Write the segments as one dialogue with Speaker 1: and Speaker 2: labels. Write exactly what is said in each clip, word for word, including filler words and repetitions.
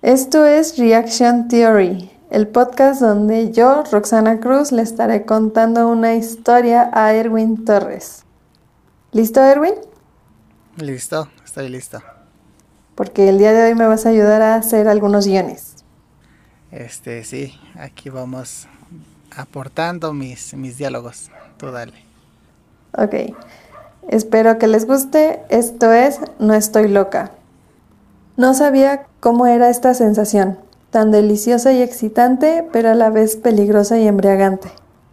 Speaker 1: Esto es Reaction Theory, el podcast donde yo, Roxana Cruz, le estaré contando una historia a Erwin Torres. ¿Listo, Erwin?
Speaker 2: Listo, estoy listo.
Speaker 1: Porque el día de hoy me vas a ayudar a hacer algunos guiones.
Speaker 2: Este, sí, aquí vamos aportando mis, mis diálogos. Tú dale.
Speaker 1: Ok, espero que les guste. Esto es No estoy loca. No sabía cómo era esta sensación, tan deliciosa y excitante, pero a la vez peligrosa y embriagante.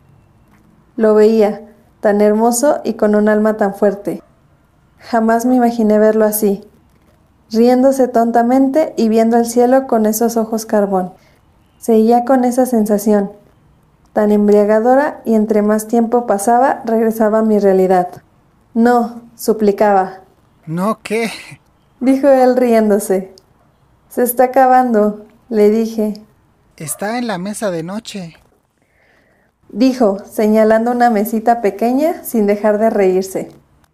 Speaker 1: Lo veía, tan hermoso y con un alma tan fuerte. Jamás me imaginé verlo así, riéndose tontamente y viendo el cielo con esos ojos carbón. Seguía con esa sensación, tan embriagadora, y entre más tiempo pasaba, regresaba a mi realidad. No, suplicaba.
Speaker 2: ¿No qué?
Speaker 1: Dijo él riéndose. Se está acabando, le dije.
Speaker 2: Está en la mesa de noche.
Speaker 1: Dijo, señalando una mesita pequeña sin dejar de reírse.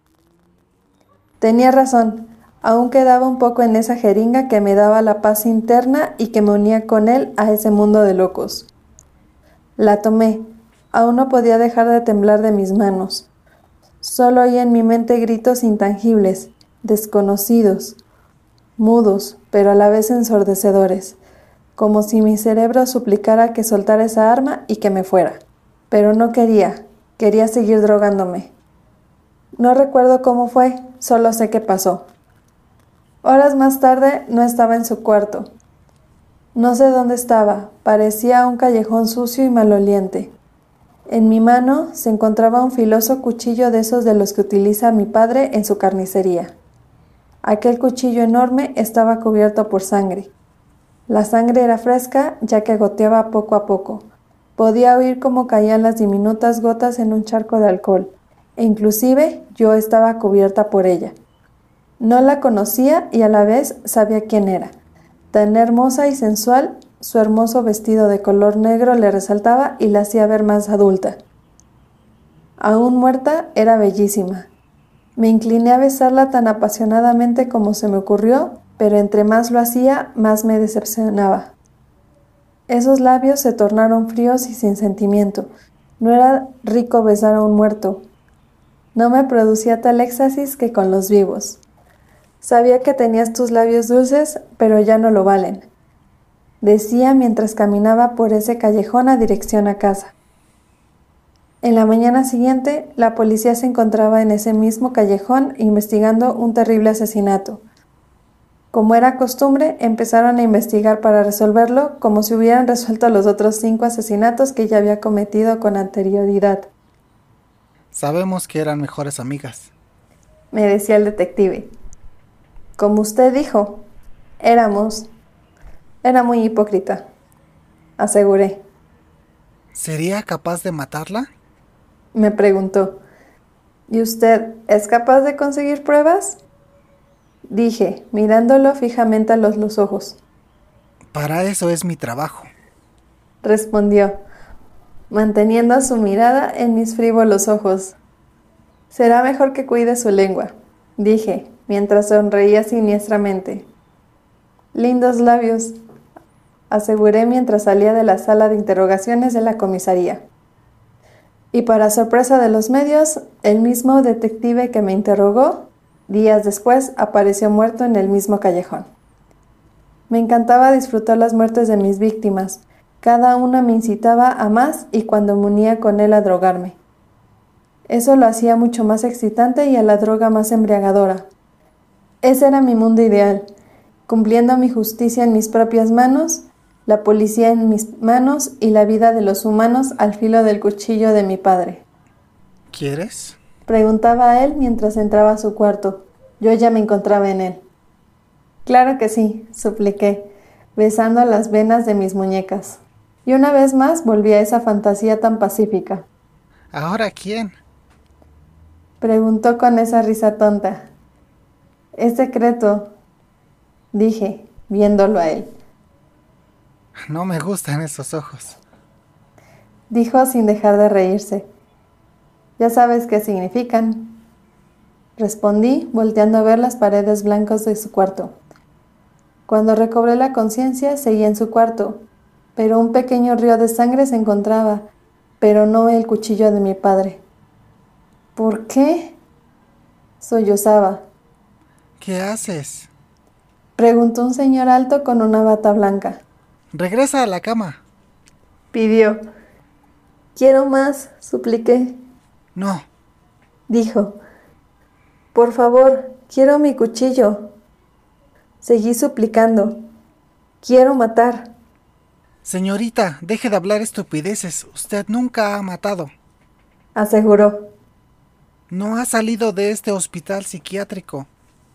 Speaker 1: Tenía razón, aún quedaba un poco en esa jeringa que me daba la paz interna y que me unía con él a ese mundo de locos. La tomé, aún no podía dejar de temblar de mis manos. Solo oía en mi mente gritos intangibles, desconocidos, mudos, pero a la vez ensordecedores, como si mi cerebro suplicara que soltara esa arma y que me fuera. Pero no quería, quería seguir drogándome. No recuerdo cómo fue, solo sé que pasó. Horas más tarde no estaba en su cuarto. No sé dónde estaba, parecía un callejón sucio y maloliente. En mi mano se encontraba un filoso cuchillo de esos de los que utiliza mi padre en su carnicería. Aquel cuchillo enorme estaba cubierto por sangre. La sangre era fresca, ya que goteaba poco a poco. Podía oír cómo caían las diminutas gotas en un charco de alcohol, e inclusive yo estaba cubierta por ella. No la conocía y a la vez sabía quién era. Tan hermosa y sensual, su hermoso vestido de color negro le resaltaba y la hacía ver más adulta. Aún muerta, era bellísima. Me incliné a besarla tan apasionadamente como se me ocurrió, pero entre más lo hacía, más me decepcionaba. Esos labios se tornaron fríos y sin sentimiento. No era rico besar a un muerto. No me producía tal éxtasis que con los vivos. Sabía que tenías tus labios dulces, pero ya no lo valen, decía mientras caminaba por ese callejón a dirección a casa. En la mañana siguiente, la policía se encontraba en ese mismo callejón investigando un terrible asesinato. Como era costumbre, empezaron a investigar para resolverlo como si hubieran resuelto los otros cinco asesinatos que ya había cometido con anterioridad.
Speaker 2: Sabemos que eran mejores amigas,
Speaker 1: me decía el detective. Como usted dijo, éramos. Era muy hipócrita, aseguré.
Speaker 2: ¿Sería capaz de matarla?
Speaker 1: Me preguntó. ¿Y usted es capaz de conseguir pruebas? Dije, mirándolo fijamente a los, los ojos.
Speaker 2: Para eso es mi trabajo,
Speaker 1: respondió, manteniendo su mirada en mis frívolos ojos. Será mejor que cuide su lengua, dije, mientras sonreía siniestramente. Lindos labios, aseguré mientras salía de la sala de interrogaciones de la comisaría. Y para sorpresa de los medios, el mismo detective que me interrogó, días después, apareció muerto en el mismo callejón. Me encantaba disfrutar las muertes de mis víctimas. Cada una me incitaba a más y cuando me unía con él a drogarme. Eso lo hacía mucho más excitante y a la droga más embriagadora. Ese era mi mundo ideal, cumpliendo mi justicia en mis propias manos, la policía en mis manos y la vida de los humanos al filo del cuchillo de mi padre.
Speaker 2: ¿Quieres?
Speaker 1: Preguntaba a él mientras entraba a su cuarto. Yo ya me encontraba en él. Claro que sí, supliqué, besando las venas de mis muñecas. Y una vez más volví a esa fantasía tan pacífica.
Speaker 2: ¿Ahora quién?
Speaker 1: Preguntó con esa risa tonta. Es secreto, dije, viéndolo a él.
Speaker 2: No me gustan esos ojos,
Speaker 1: dijo sin dejar de reírse. Ya sabes qué significan, respondí, volteando a ver las paredes blancas de su cuarto. Cuando recobré la conciencia, seguía en su cuarto, pero un pequeño río de sangre se encontraba, pero no el cuchillo de mi padre. ¿Por qué? Sollozaba.
Speaker 2: ¿Qué haces?
Speaker 1: Preguntó un señor alto con una bata blanca.
Speaker 2: Regresa a la cama.
Speaker 1: Pidió. Quiero más, supliqué.
Speaker 2: No.
Speaker 1: Dijo. Por favor, quiero mi cuchillo. Seguí suplicando. Quiero matar.
Speaker 2: Señorita, deje de hablar estupideces. Usted nunca ha matado.
Speaker 1: Aseguró.
Speaker 2: No ha salido de este hospital psiquiátrico.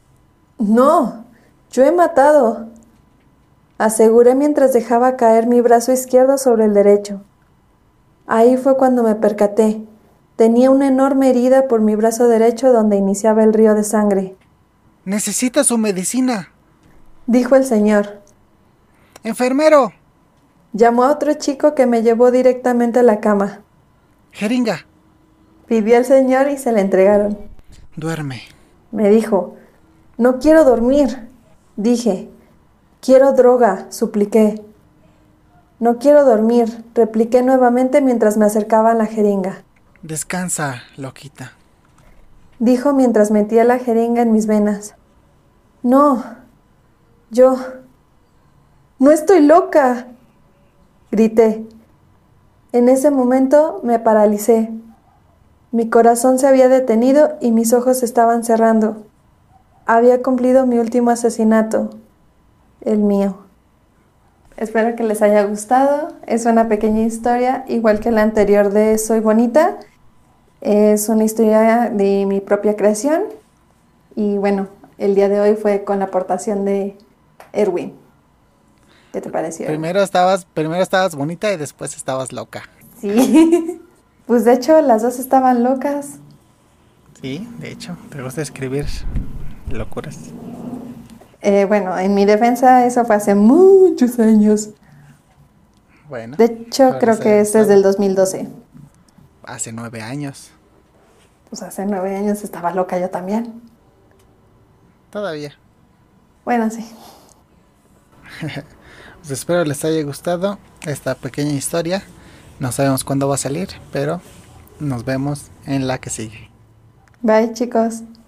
Speaker 1: No, yo he matado. Aseguré mientras dejaba caer mi brazo izquierdo sobre el derecho. Ahí fue cuando me percaté. Tenía una enorme herida por mi brazo derecho donde iniciaba el río de sangre.
Speaker 2: Necesita su medicina.
Speaker 1: Dijo el señor.
Speaker 2: ¡Enfermero!
Speaker 1: Llamó a otro chico que me llevó directamente a la cama.
Speaker 2: Jeringa.
Speaker 1: Pidió al señor y se la entregaron.
Speaker 2: Duerme.
Speaker 1: Me dijo. No quiero dormir. Dije. Quiero droga, supliqué. No quiero dormir, repliqué nuevamente mientras me acercaban la jeringa.
Speaker 2: Descansa, loquita.
Speaker 1: Dijo mientras metía la jeringa en mis venas. No, yo... ¡No estoy loca!, grité. En ese momento me paralicé. Mi corazón se había detenido y mis ojos se estaban cerrando. Había cumplido mi último asesinato, el mío. Espero que les haya gustado. Es una pequeña historia, igual que la anterior de Soy Bonita. Es una historia de mi propia creación. Y bueno, el día de hoy fue con la aportación de Erwin. ¿Qué te pareció?
Speaker 2: Primero estabas, primero estabas bonita y después estabas loca.
Speaker 1: Sí. Pues de hecho las dos estaban locas.
Speaker 2: Sí, de hecho, te gusta escribir locuras.
Speaker 1: Eh, bueno, en mi defensa eso fue hace muchos años.
Speaker 2: Bueno.
Speaker 1: De hecho, creo que este es del dos mil doce.
Speaker 2: Hace nueve años.
Speaker 1: Pues hace nueve años estaba loca yo también.
Speaker 2: Todavía.
Speaker 1: Bueno, sí.
Speaker 2: Pues espero les haya gustado esta pequeña historia. No sabemos cuándo va a salir, pero nos vemos en la que sigue.
Speaker 1: Bye, chicos.